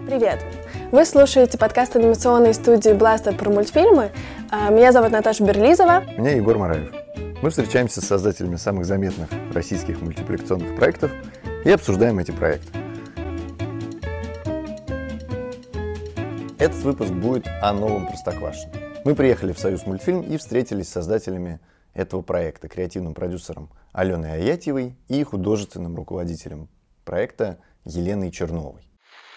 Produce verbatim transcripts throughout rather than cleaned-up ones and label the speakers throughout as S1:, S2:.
S1: Привет! Вы слушаете подкаст анимационной студии Blaster про мультфильмы. Меня зовут Наташа Берлизова.
S2: Меня Егор Мараев. Мы встречаемся с создателями самых заметных российских мультипликационных проектов и обсуждаем эти проекты. Этот выпуск будет о новом Простоквашино. Мы приехали в Союз мультфильм и встретились с создателями этого проекта, креативным продюсером Аленой Аятьевой и художественным руководителем проекта Еленой Черновой.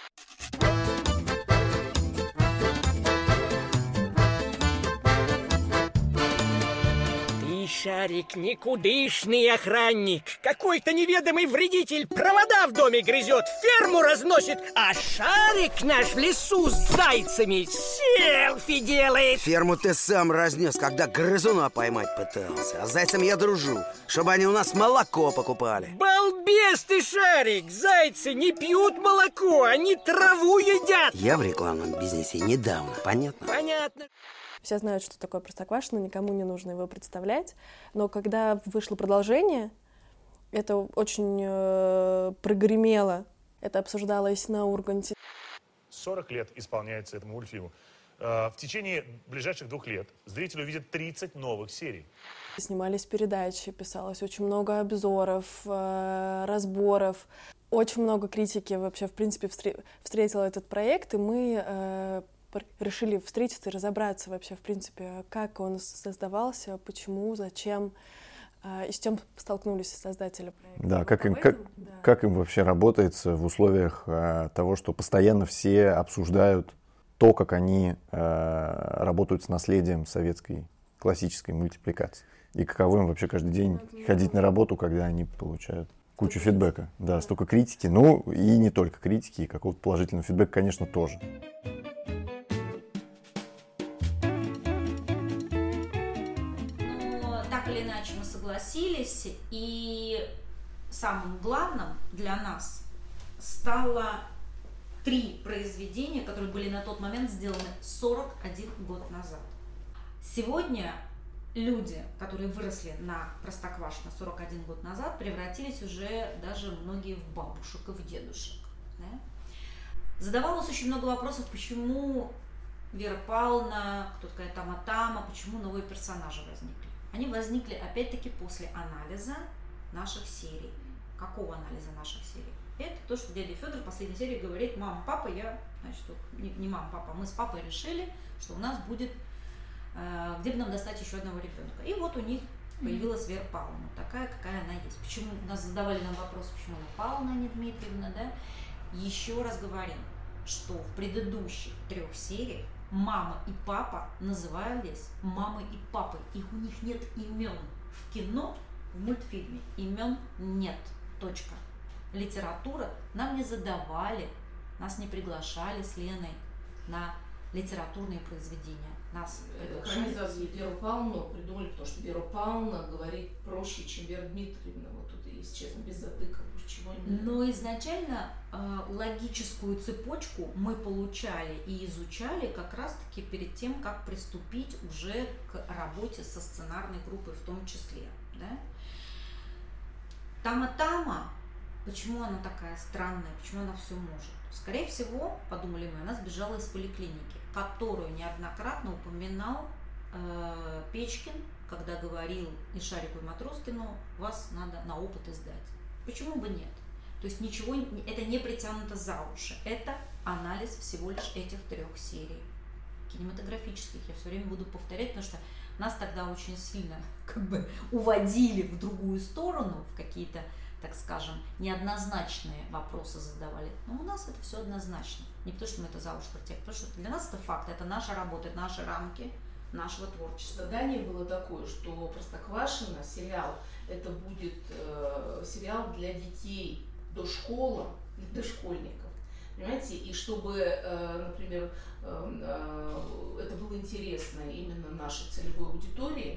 S3: Шарик, никудышный охранник. Какой-то неведомый вредитель провода в доме грызет, ферму разносит, а Шарик наш в лесу с зайцами селфи делает.
S4: Ферму ты сам разнес, когда грызуна поймать пытался. А с зайцами я дружу, чтобы они у нас молоко покупали.
S3: Балбес ты, Шарик! Зайцы не пьют молоко, они траву едят.
S4: Я в рекламном бизнесе недавно, понятно?
S3: Понятно.
S1: Все знают, что такое Простоквашино, никому не нужно его представлять. Но когда вышло продолжение, это очень э, прогремело. Это обсуждалось на Урганте.
S5: сорок лет исполняется этому мультфильму. В течение ближайших двух лет зритель увидит тридцать новых серий.
S1: Снимались передачи, писалось очень много обзоров, э, разборов. Очень много критики вообще, в принципе, встр- встретил этот проект, и мы... Э, решили встретиться и разобраться вообще, в принципе, как он создавался, почему, зачем, и с чем столкнулись создатели проекта.
S2: Да, как им, как, да. как им вообще работается в условиях а, того, что постоянно все обсуждают то, как они а, работают с наследием советской классической мультипликации. И каково им вообще каждый день ну, ходить на работу, когда они получают кучу столько фидбэка. Критики. Да, столько критики. Ну, и не только критики, и какого-то положительного фидбэка, конечно, тоже.
S6: Согласились, и самым главным для нас стало три произведения, которые были на тот момент сделаны сорок один год назад. Сегодня люди, которые выросли на Простоквашино сорок один год назад, превратились уже даже многие в бабушек и в дедушек. Да? Задавалось очень много вопросов, почему Вера Павловна, кто такая Тама-Тама, почему новые персонажи возникли. Они возникли опять-таки после анализа наших серий. Какого анализа наших серий? Это то, что дядя Федор в последней серии говорит: мама, папа, я, значит, не, не мама, папа, мы с папой решили, что у нас будет, э, где бы нам достать еще одного ребенка. И вот у них появилась Вера Павловна, такая, какая она есть. Почему нас задавали нам вопрос, почему она Павловна, а не Дмитриевна, да? Еще раз говорим, что в предыдущих трех сериях мама и папа назывались мамой и папой. Их у них нет имен. В кино, в мультфильме имен нет. Точка. Литература нам не задавали, нас не приглашали с Леной на литературные произведения. Нас
S7: экранизацию Веру Павловну придумали, потому что Вера Павловна говорит проще, чем Вера Дмитриевна. Вот тут, если честно, без затыков.
S6: Но изначально э, логическую цепочку мы получали и изучали как раз-таки перед тем, как приступить уже к работе со сценарной группой в том числе. Да? Тама-Тама, почему она такая странная, почему она все может? Скорее всего, подумали мы, она сбежала из поликлиники, которую неоднократно упоминал э, Печкин, когда говорил и Шарику, и Матроскину: вас надо на опыт издать. Почему бы нет? То есть ничего, это не притянуто за уши. Это анализ всего лишь этих трех серий кинематографических. Я все время буду повторять, потому что нас тогда очень сильно как бы уводили в другую сторону, в какие-то, так скажем, неоднозначные вопросы задавали. Но у нас это все однозначно. Не потому, что мы это за уши протягиваем, потому что для нас это факт, это наша работа, это наши рамки нашего творчества.
S7: Задание было такое, что Простоквашино, сериал, это будет э, сериал для детей до школы, для дошкольников, понимаете, и чтобы, э, например, э, э, это было интересно именно нашей целевой аудитории,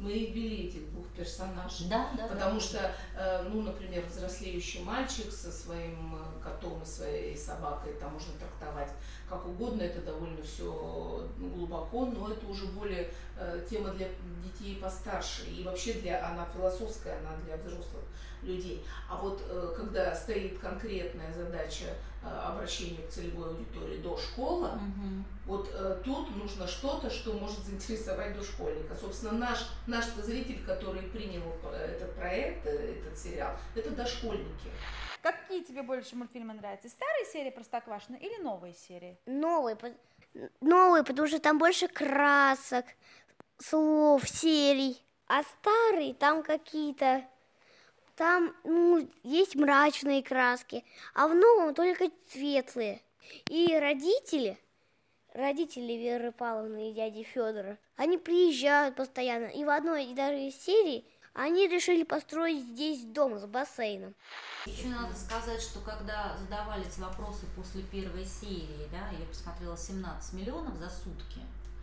S7: мы и ввели этих двух персонажей.
S6: Да, да,
S7: Потому
S6: да.
S7: что, э, ну, например, взрослеющий мальчик со своим котом и своей собакой, там можно трактовать как угодно, это довольно все глубоко, но это уже более э, тема для детей постарше. И вообще для, она философская, она для взрослых людей. А вот э, когда стоит конкретная задача э, обращения к целевой аудитории до школы,
S6: Угу.
S7: вот э, тут нужно что-то, что может заинтересовать дошкольника. Собственно, наш, наш зритель, который принял этот проект, этот сериал, это дошкольники.
S8: Какие тебе больше мультфильмы нравятся? Старые серии Простоквашино или новые серии?
S9: Новые, новые, потому что там больше красок, слов, серий. А старые там какие-то, там ну, есть мрачные краски, а в новом только светлые. И родители, родители Веры Павловны и дяди Федора, они приезжают постоянно. И в одной и даже из серий они решили построить здесь дом с бассейном.
S6: Еще надо сказать, что когда задавались вопросы после первой серии, да, я посмотрела семнадцать миллионов за сутки,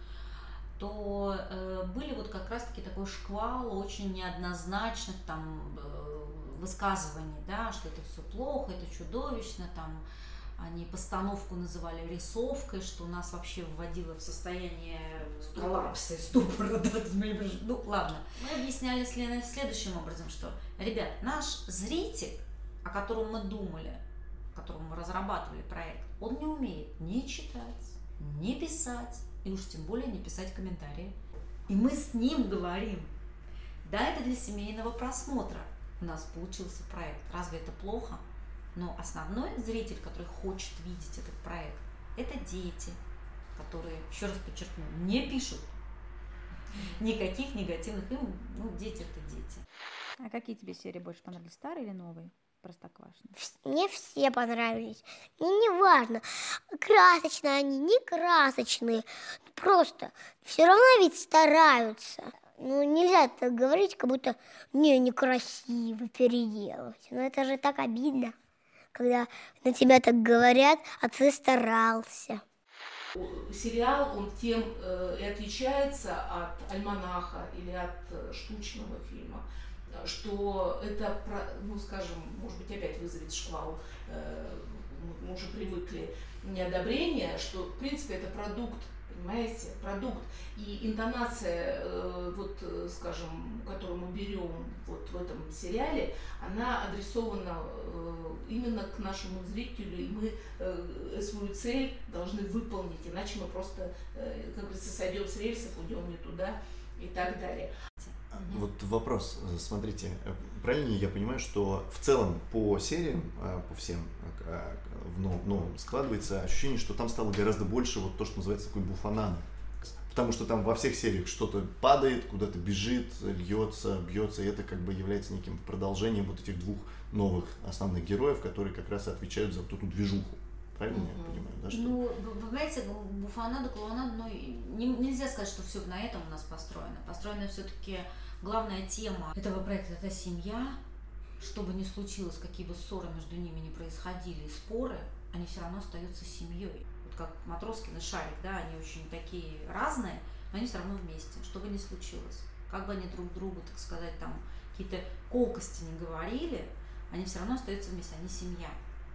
S6: то э, были вот как раз-таки такой шквал очень неоднозначных там э, высказываний, да, что это все плохо, это чудовищно, там они постановку называли рисовкой, что нас вообще вводило в состояние коллапса и ступора. Ну ладно. Мы объясняли с Леной следующим образом, что, ребят, наш зритель, о котором мы думали, о котором мы разрабатывали проект, он не умеет ни читать, ни писать, и уж тем более не писать комментарии. И мы с ним говорим. Да, это для семейного просмотра у нас получился проект. Разве это плохо? Но основной зритель, который хочет видеть этот проект, это дети, которые, еще раз подчеркну, не пишут никаких негативных, ну, дети это дети.
S8: А какие тебе серии больше понравились, старые или новые Простоквашино?
S9: Мне все понравились. Мне не важно, красочные они, не красочные. Просто все равно ведь стараются. Ну, нельзя так говорить, как будто не, некрасиво переделывать. Но это же так обидно, когда на тебя так говорят, а ты старался.
S7: Сериал, он тем э, и отличается от альманаха или от э, штучного фильма, что это, ну, скажем, может быть, опять вызовет шквал, э, мы уже привыкли, неодобрение, что, в принципе, это продукт, понимаете, продукт. И интонация, э, вот, скажем, которую мы берем вот в этом сериале, она адресована э, именно к нашему зрителю, и мы э, свою цель должны выполнить, иначе мы просто, э, как говорится, сойдем с рельсов, уйдем не туда и так далее.
S2: Вот вопрос, смотрите, правильно я понимаю, что в целом по сериям, по всем в новом складывается ощущение, что там стало гораздо больше вот то, что называется такой буфанады. Потому что там во всех сериях что-то падает, куда-то бежит, льется, бьется, и это как бы является неким продолжением вот этих двух новых основных героев, которые как раз отвечают за вот эту движуху. Правильно uh-huh. я понимаю, да? Что...
S6: Ну, вы понимаете, буфанада, клоунада, ну, не, нельзя сказать, что все на этом у нас построено. Построена все-таки главная тема этого проекта – это семья. Что бы ни случилось, какие бы ссоры между ними ни происходили, споры, они все равно остаются семьей. Вот как Матроскин и Шарик, да, они очень такие разные, но они все равно вместе, что бы ни случилось. Как бы они друг другу, так сказать, там какие-то колкости не говорили, они все равно остаются вместе, они семья.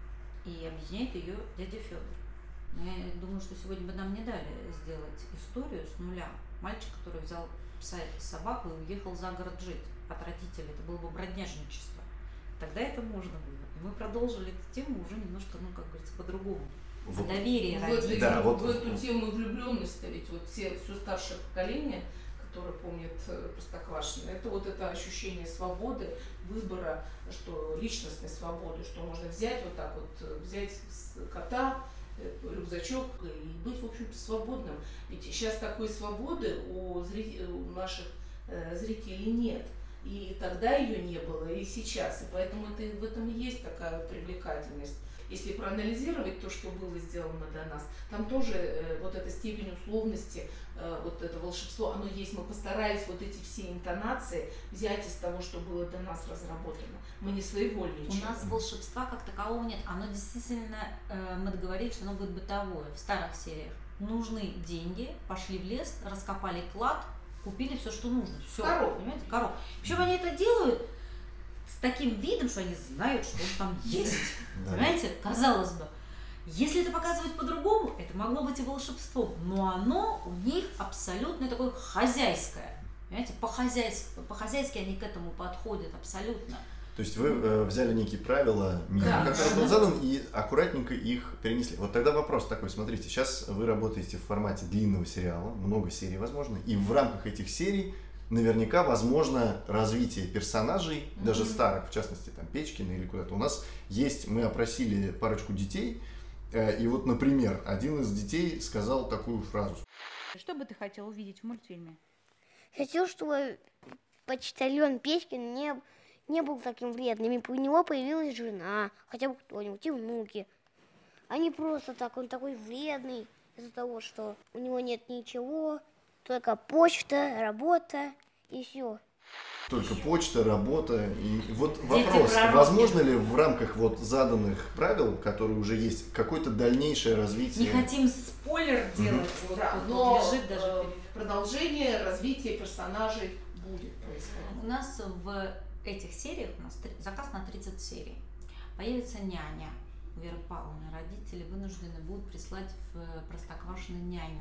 S6: И объединяет ее дядя Федор. Но я думаю, что сегодня бы нам не дали сделать историю с нуля. Мальчик, который взял пса и собаку и уехал за город жить от родителей. Это было бы бродяжничество. Тогда это можно было. И мы продолжили эту тему уже немножко, ну, как говорится, по-другому. Вот. Доверие
S7: в
S6: родителей.
S7: Да,
S6: вот.
S7: В эту тему влюбленности, ведь вот все, все старшее поколение, которое помнит Простоквашино, это вот это ощущение свободы, выбора, что личностной свободы, что можно взять вот так вот, взять кота, рюкзачок и быть, в общем-то, свободным. Ведь сейчас такой свободы у, зрителей, у наших э, зрителей нет. И тогда ее не было, и сейчас. И поэтому это, в этом и есть такая привлекательность. Если проанализировать то, что было сделано до нас, там тоже э, вот эта степень условности, э, вот это волшебство, оно есть. Мы постарались вот эти все интонации взять из того, что было до нас разработано. Мы не своевольничаем.
S6: У нас волшебства как такового нет. Оно действительно, э, мы договорились, что оно будет бытовое. В старых сериях нужны деньги, пошли в лес, раскопали клад, купили все, что нужно. Все,
S7: Коров.
S6: понимаете, коров. Причем они это делают с таким видом, что они знают, что он там есть. Понимаете, казалось бы. Если это показывать по-другому, это могло быть и волшебством, но оно у них абсолютно такое хозяйское. Понимаете, по-хозяйски, по-хозяйски они к этому подходят абсолютно.
S10: То есть вы э, взяли некие правила, мир,
S7: Да.
S10: который был задан, и аккуратненько их перенесли. Вот тогда вопрос такой, смотрите, сейчас вы работаете в формате длинного сериала, много серий возможно, и в рамках этих серий наверняка возможно развитие персонажей, mm-hmm. даже старых, в частности, там, Печкина или куда-то. У нас есть, мы опросили парочку детей, э, и вот, например, один из детей сказал такую фразу.
S8: Что бы ты хотел увидеть в мультфильме?
S9: Хотел, чтобы почтальон Печкин не, не был таким вредным, и у него появилась жена, хотя бы кто-нибудь, и внуки. А не просто так, он такой вредный из-за того, что у него нет ничего, только почта, работа и все.
S10: Только почта, работа. И вот
S6: Дети
S10: вопрос,
S6: пророки.
S10: возможно ли в рамках вот заданных правил, которые уже есть, какое-то дальнейшее развитие?
S6: Не хотим спойлер делать, вот
S7: Да,
S6: тут
S7: но
S6: вот лежит даже
S7: э,
S6: перед-
S7: продолжение развития персонажей будет происходить.
S6: У нас в этих сериях, у нас три- заказ на тридцать серий, появится няня. У Веры Павловны родители вынуждены будут прислать в Простоквашино няню.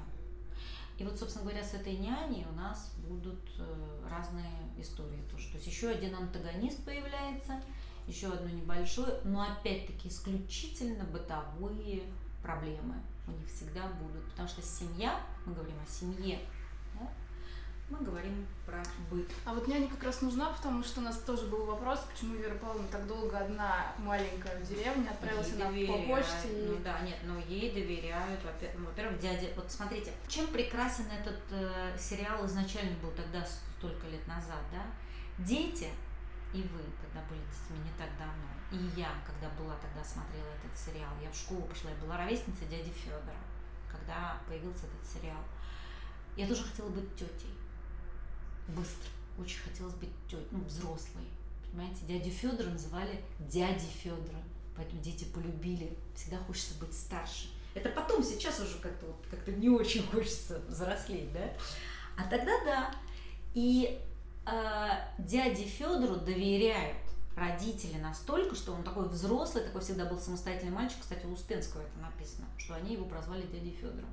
S6: И вот, собственно говоря, с этой няней у нас будут э, разные истории тоже. То есть еще один антагонист появляется, еще одно небольшое, но опять-таки исключительно бытовые проблемы у них всегда будут. Потому что семья, мы говорим о семье, да, мы говорим про быт.
S11: А вот няня как раз нужна, потому что у нас тоже был вопрос, почему Вера Павловна так долго одна маленькая в деревне, отправилась
S6: Ей
S11: она по
S6: доверяют.
S11: почте. И...
S6: Ну да, нет, но ей доверяют. Во-пе- ну, Во-первых, дядя. Вот смотрите, чем прекрасен этот э, сериал изначально был тогда, столько лет назад, да? Дети, и вы, когда были детьми не так давно, и я, когда была тогда, смотрела этот сериал, я в школу пошла, я была ровесницей дяди Федора, когда появился этот сериал. Я тоже хотела быть тетей. Быстро. Очень хотелось быть тетей, ну, взрослой. Понимаете, дядю Федора называли дядей Федора, поэтому дети полюбили. Всегда хочется быть старше. Это потом, сейчас уже как-то вот, как-то не очень хочется взрослеть, да? А тогда да. И э, дяде Федору доверяют родители настолько, что он такой взрослый, такой всегда был самостоятельный мальчик. Кстати, у Успенского это написано, что они его прозвали дядей Федором.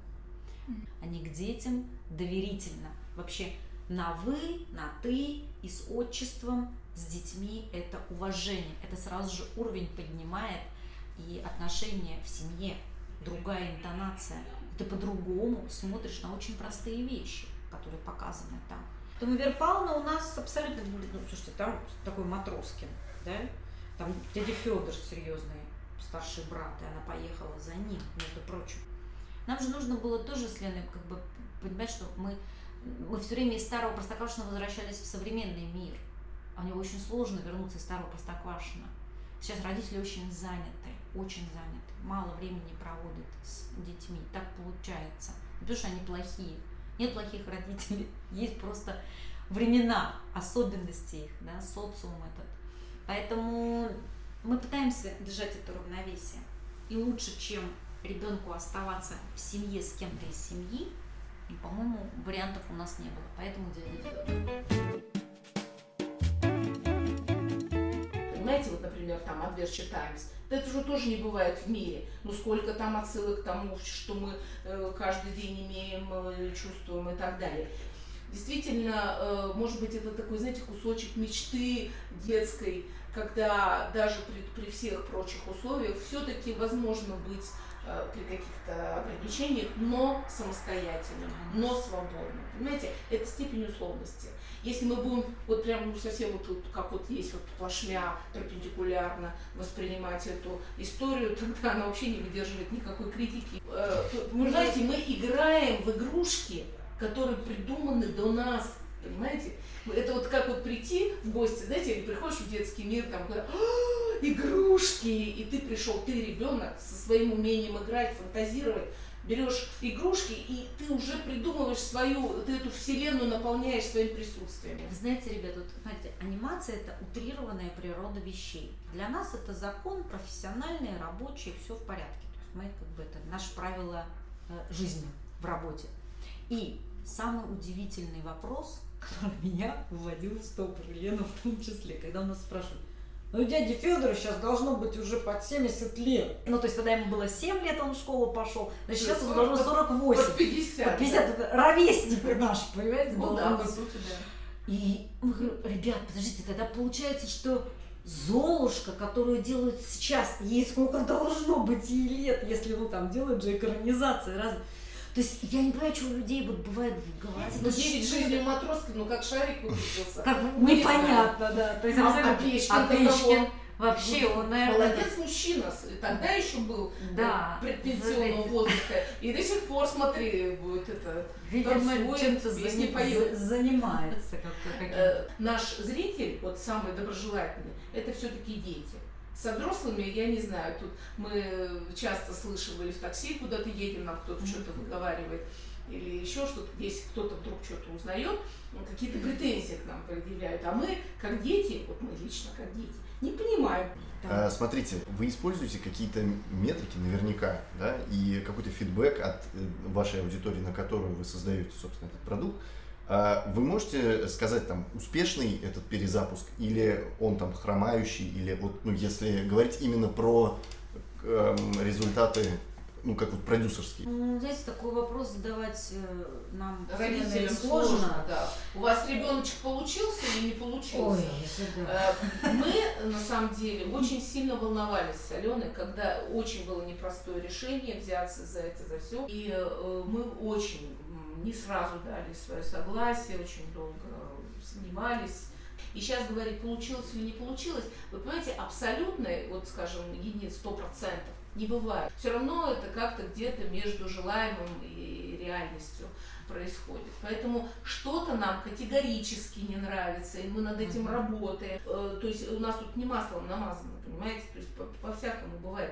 S6: Они к детям доверительно. Вообще на вы, на ты и с отчеством, с детьми это уважение. Это сразу же уровень поднимает и отношения в семье. Другая интонация. Ты по-другому смотришь на очень простые вещи, которые показаны там. Поэтому Вера Павловна у нас абсолютно, ну, слушайте, там такой Матроскин, да? Там дядя Федор серьезный, старший брат, и она поехала за ним, между прочим. Нам же нужно было тоже с Леной как бы понимать, что мы, мы все время из старого Простоквашино возвращались в современный мир. А мне очень сложно вернуться из старого Простоквашино. Сейчас родители очень заняты, очень заняты, мало времени проводят с детьми. Так получается. Не потому что они плохие. Нет плохих родителей, есть просто времена, особенности их, да, социум этот. Поэтому мы пытаемся держать это равновесие. И лучше, чем ребенку оставаться в семье с кем-то из семьи, по-моему, вариантов у нас не было. Поэтому дядя Федор.
S7: Понимаете, вот, например, там Adventure Times, это же тоже не бывает в мире. Ну сколько там отсылок к тому, что мы э, каждый день имеем, э, чувствуем и так далее. Действительно, э, может быть, это такой, знаете, кусочек мечты детской, когда даже при, при всех прочих условиях все-таки возможно быть э, при каких-то ограничениях, но самостоятельным, но свободным. Понимаете, это степень условности. Если мы будем вот прям ну, совсем вот тут, как вот есть вот плашмя, перпендикулярно воспринимать эту историю, тогда она вообще не выдерживает никакой критики. Э, вы знаете, мы играем в игрушки, которые придуманы до нас, понимаете? Это вот как вот прийти в гости, знаете, или приходишь в детский мир, там, когда игрушки, и ты пришел, ты ребенок со своим умением играть, фантазировать, берешь игрушки, и ты уже придумываешь свою, ты эту вселенную наполняешь своим присутствием.
S6: Вы знаете, ребята, вот, знаете, анимация – это утрированная природа вещей. Для нас это закон, профессиональный, рабочий, все в порядке. То есть мы как бы это наше правило э, жизни в работе. И самый удивительный вопрос, который меня вводил в стопор, Лену в том числе, когда у нас спрашивают: ну, дяде Федору сейчас должно быть уже под семьдесят лет. Ну, то есть, когда ему было семь лет, он в школу пошел, значит, сейчас ему должно сорок восемь.
S7: Под пятьдесят.
S6: Под пятьдесят, да. Ровесник наш, понимаете?
S7: Ну да, по сути, да.
S6: И мы говорим: ребят, подождите, тогда получается, что Золушка, которую делают сейчас, ей сколько должно быть ей лет, если, ну, там делают же экранизации разные. То есть я не понимаю, что у людей вот бывает в голове.
S7: Ну, девять жизней матроски, ну как шарик выкрутился.
S6: Как, непонятно, да. То есть,
S7: а Печкин,
S6: а Печкин вообще, он, наверное...
S7: Молодец мужчина, тогда еще был,
S6: да,
S7: предпенсионного возраста, и до сих пор, смотри, будет это...
S6: Видимо, чем-то
S7: заним,
S6: занимается.
S7: Как Наш зритель, вот самый доброжелательный, это все-таки дети. Со взрослыми, я не знаю, тут мы часто слышали в такси, куда-то едем, нам кто-то mm-hmm. что-то выговаривает, или еще что-то, если кто-то вдруг что-то узнает, какие-то претензии к нам предъявляют, а мы, как дети, вот мы лично как дети, не понимаем.
S10: А, смотрите, вы используете какие-то метрики наверняка, да, и какой-то фидбэк от вашей аудитории, на которую вы создаете, собственно, этот продукт. Вы можете сказать, там, успешный этот перезапуск, или он там хромающий, или вот, ну, если говорить именно про э, результаты, ну, как вот продюсерские?
S6: Ну, знаете, такой вопрос задавать э, нам
S7: родителям сложно. сложно да. У вас ребеночек получился или не получился?
S6: Ой, да.
S7: Мы, на самом деле, очень сильно волновались с Аленой, когда очень было непростое решение взяться за это, за все. И э, мы очень не сразу дали свое согласие, очень долго сомневались. И сейчас говорить, получилось или не получилось, вы понимаете, абсолютной, вот скажем, единиц сто процентов не бывает. Все равно это как-то где-то между желаемым и реальностью происходит. Поэтому что-то нам категорически не нравится, и мы над этим mm-hmm. работаем. То есть у нас тут не маслом намазано, понимаете, то есть по-всякому бывает.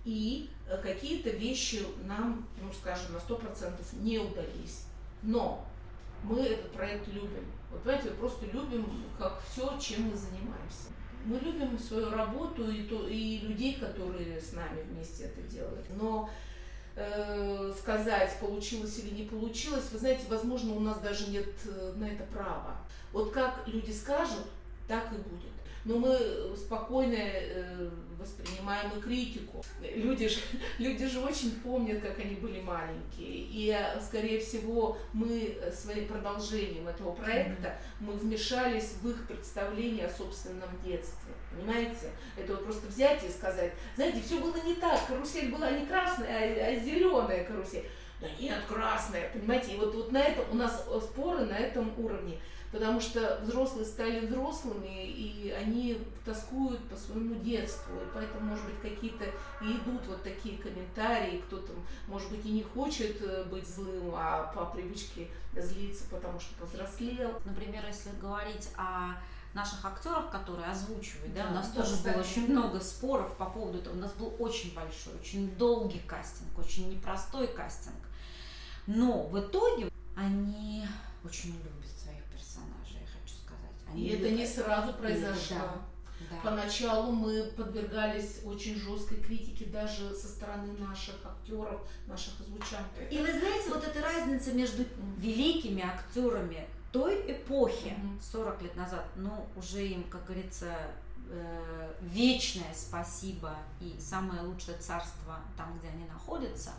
S7: И какие-то вещи нам, ну скажем, на сто процентов не удались. Но мы этот проект любим. Вот понимаете, просто любим как все, чем мы занимаемся. Мы любим свою работу и, то, и людей, которые с нами вместе это делают. Но э, сказать, получилось или не получилось, вы знаете, возможно, у нас даже нет на это права. Вот как люди скажут, так и будет. Но мы спокойно э, воспринимаем и критику. Люди же, люди же очень помнят, как они были маленькие. И, скорее всего, мы своим продолжением этого проекта, мы вмешались в их представление о собственном детстве. Понимаете? Это вот просто взять и сказать, знаете, все было не так, карусель была не красная, а, а зеленая карусель. Да нет, красная, понимаете? И вот, вот на этом у нас споры на этом уровне. Потому что взрослые стали взрослыми, и они тоскуют по своему детству. И поэтому, может быть, какие-то и идут вот такие комментарии, кто-то, может быть, и не хочет быть злым, а по привычке злиться, потому что повзрослел.
S6: Например, если говорить о наших актерах, которые озвучивают, да,
S7: да,
S6: у нас
S7: тоже
S6: тоже было очень много споров по поводу этого. У нас был очень большой, очень долгий кастинг, очень непростой кастинг. Но в итоге они очень любят своих персонажей, я хочу сказать. Они
S7: и это не сразу произошло.
S6: Да, да.
S7: Поначалу мы подвергались очень жесткой критике даже со стороны наших актеров, наших озвучантов.
S6: И вы знаете, вот эта разница между великими актерами той эпохи, сорок лет назад, ну, уже им, как говорится, э, вечное спасибо и самое лучшее царство там, где они находятся.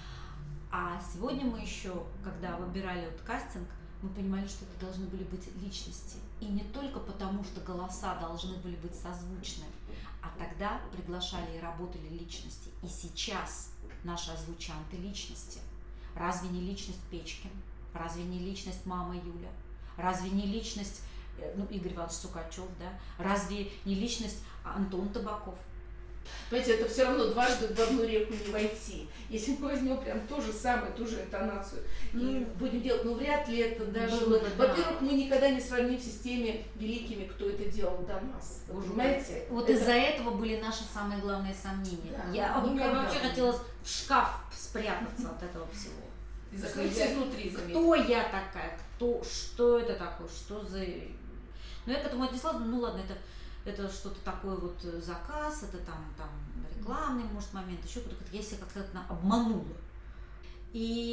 S6: А сегодня мы еще, когда выбирали вот кастинг, мы понимали, что это должны были быть личности. И не только потому, что голоса должны были быть созвучны, а тогда приглашали и работали личности. И сейчас наши озвучанты личности. Разве не личность Печкин? Разве не личность мама Юля? Разве не личность, ну, Игорь Иванович Сукачев, да? Разве не личность Антон Табаков?
S7: Понимаете, это все равно дважды в одну реку не войти. Если мы возьмем прям то же самое, ту же интонацию mm. и будем делать, ну вряд ли это даже...
S6: Было бы, да.
S7: Во-первых, мы никогда не сравнимся с теми великими, кто это делал до нас. Вы понимаете?
S6: Вот
S7: это...
S6: из-за этого были наши самые главные сомнения.
S7: Да,
S6: я, я вообще хотела в шкаф спрятаться от этого всего.
S7: И закрыться изнутри.
S6: Кто я такая? Кто? Что это такое? Что за... Ну я к этому отнеслась, ну ладно, это... Это что-то такое вот заказ, это там, там рекламный, может, момент, еще какой-то. Я себя как-то обманула. И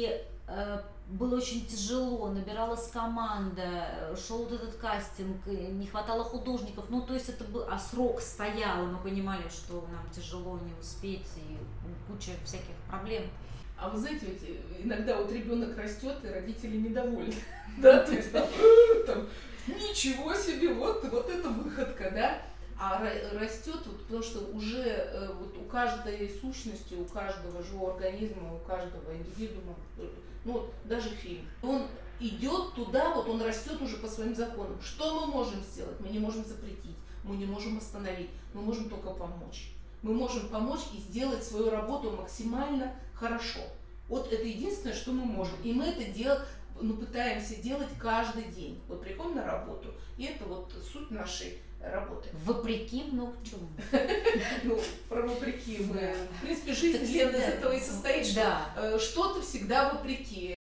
S6: было очень тяжело, набиралась команда, шел вот этот кастинг, не хватало художников, ну то есть это был, а срок стоял, и мы понимали, что нам тяжело не успеть, и куча всяких проблем.
S7: А вы знаете, ведь иногда вот ребенок растет, и родители недовольны, да, то есть там, ничего себе, вот, вот это выходка, да, а растет, вот, потому что уже вот у каждой сущности, у каждого живого организма, у каждого индивидуума, ну даже фильм, он идет туда, вот он растет уже по своим законам. Что мы можем сделать? Мы не можем запретить, мы не можем остановить, мы можем только помочь. Мы можем помочь и сделать свою работу максимально хорошо. Вот это единственное, что мы можем. И мы это делаем, ну, пытаемся делать каждый день. Вот приходим на работу, и это вот суть нашей работы.
S6: Вопреки много чему.
S7: Ну, про вопреки мы... В принципе, жизнь из этого и состоит, что что-то всегда вопреки.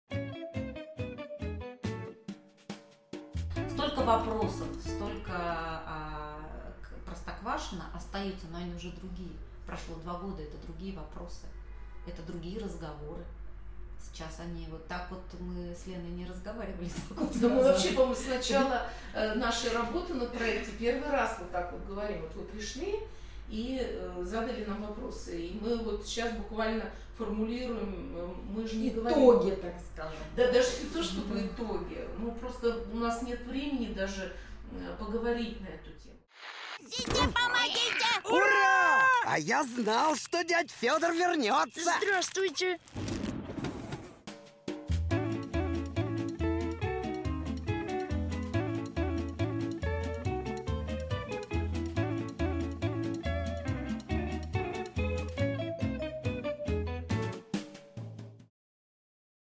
S6: Столько вопросов, столько Простоквашино остаются, но они уже другие. Прошло два года, это другие вопросы, это другие разговоры. Сейчас они вот так вот, мы с Леной не разговаривали.
S7: Да мы вообще, по-моему, с начала э, нашей работы на проекте первый раз вот так вот говорим. Вот вы пришли и э, задали нам вопросы. И мы вот сейчас буквально формулируем, э, мы же не
S6: итоги,
S7: говорим...
S6: Итоги, так сказать.
S7: Да, даже не то, чтобы mm-hmm. итоги. Ну, просто у нас нет времени даже э, поговорить на эту тему.
S4: Ура! А я знал, что дядь Федор вернется.
S12: Здравствуйте.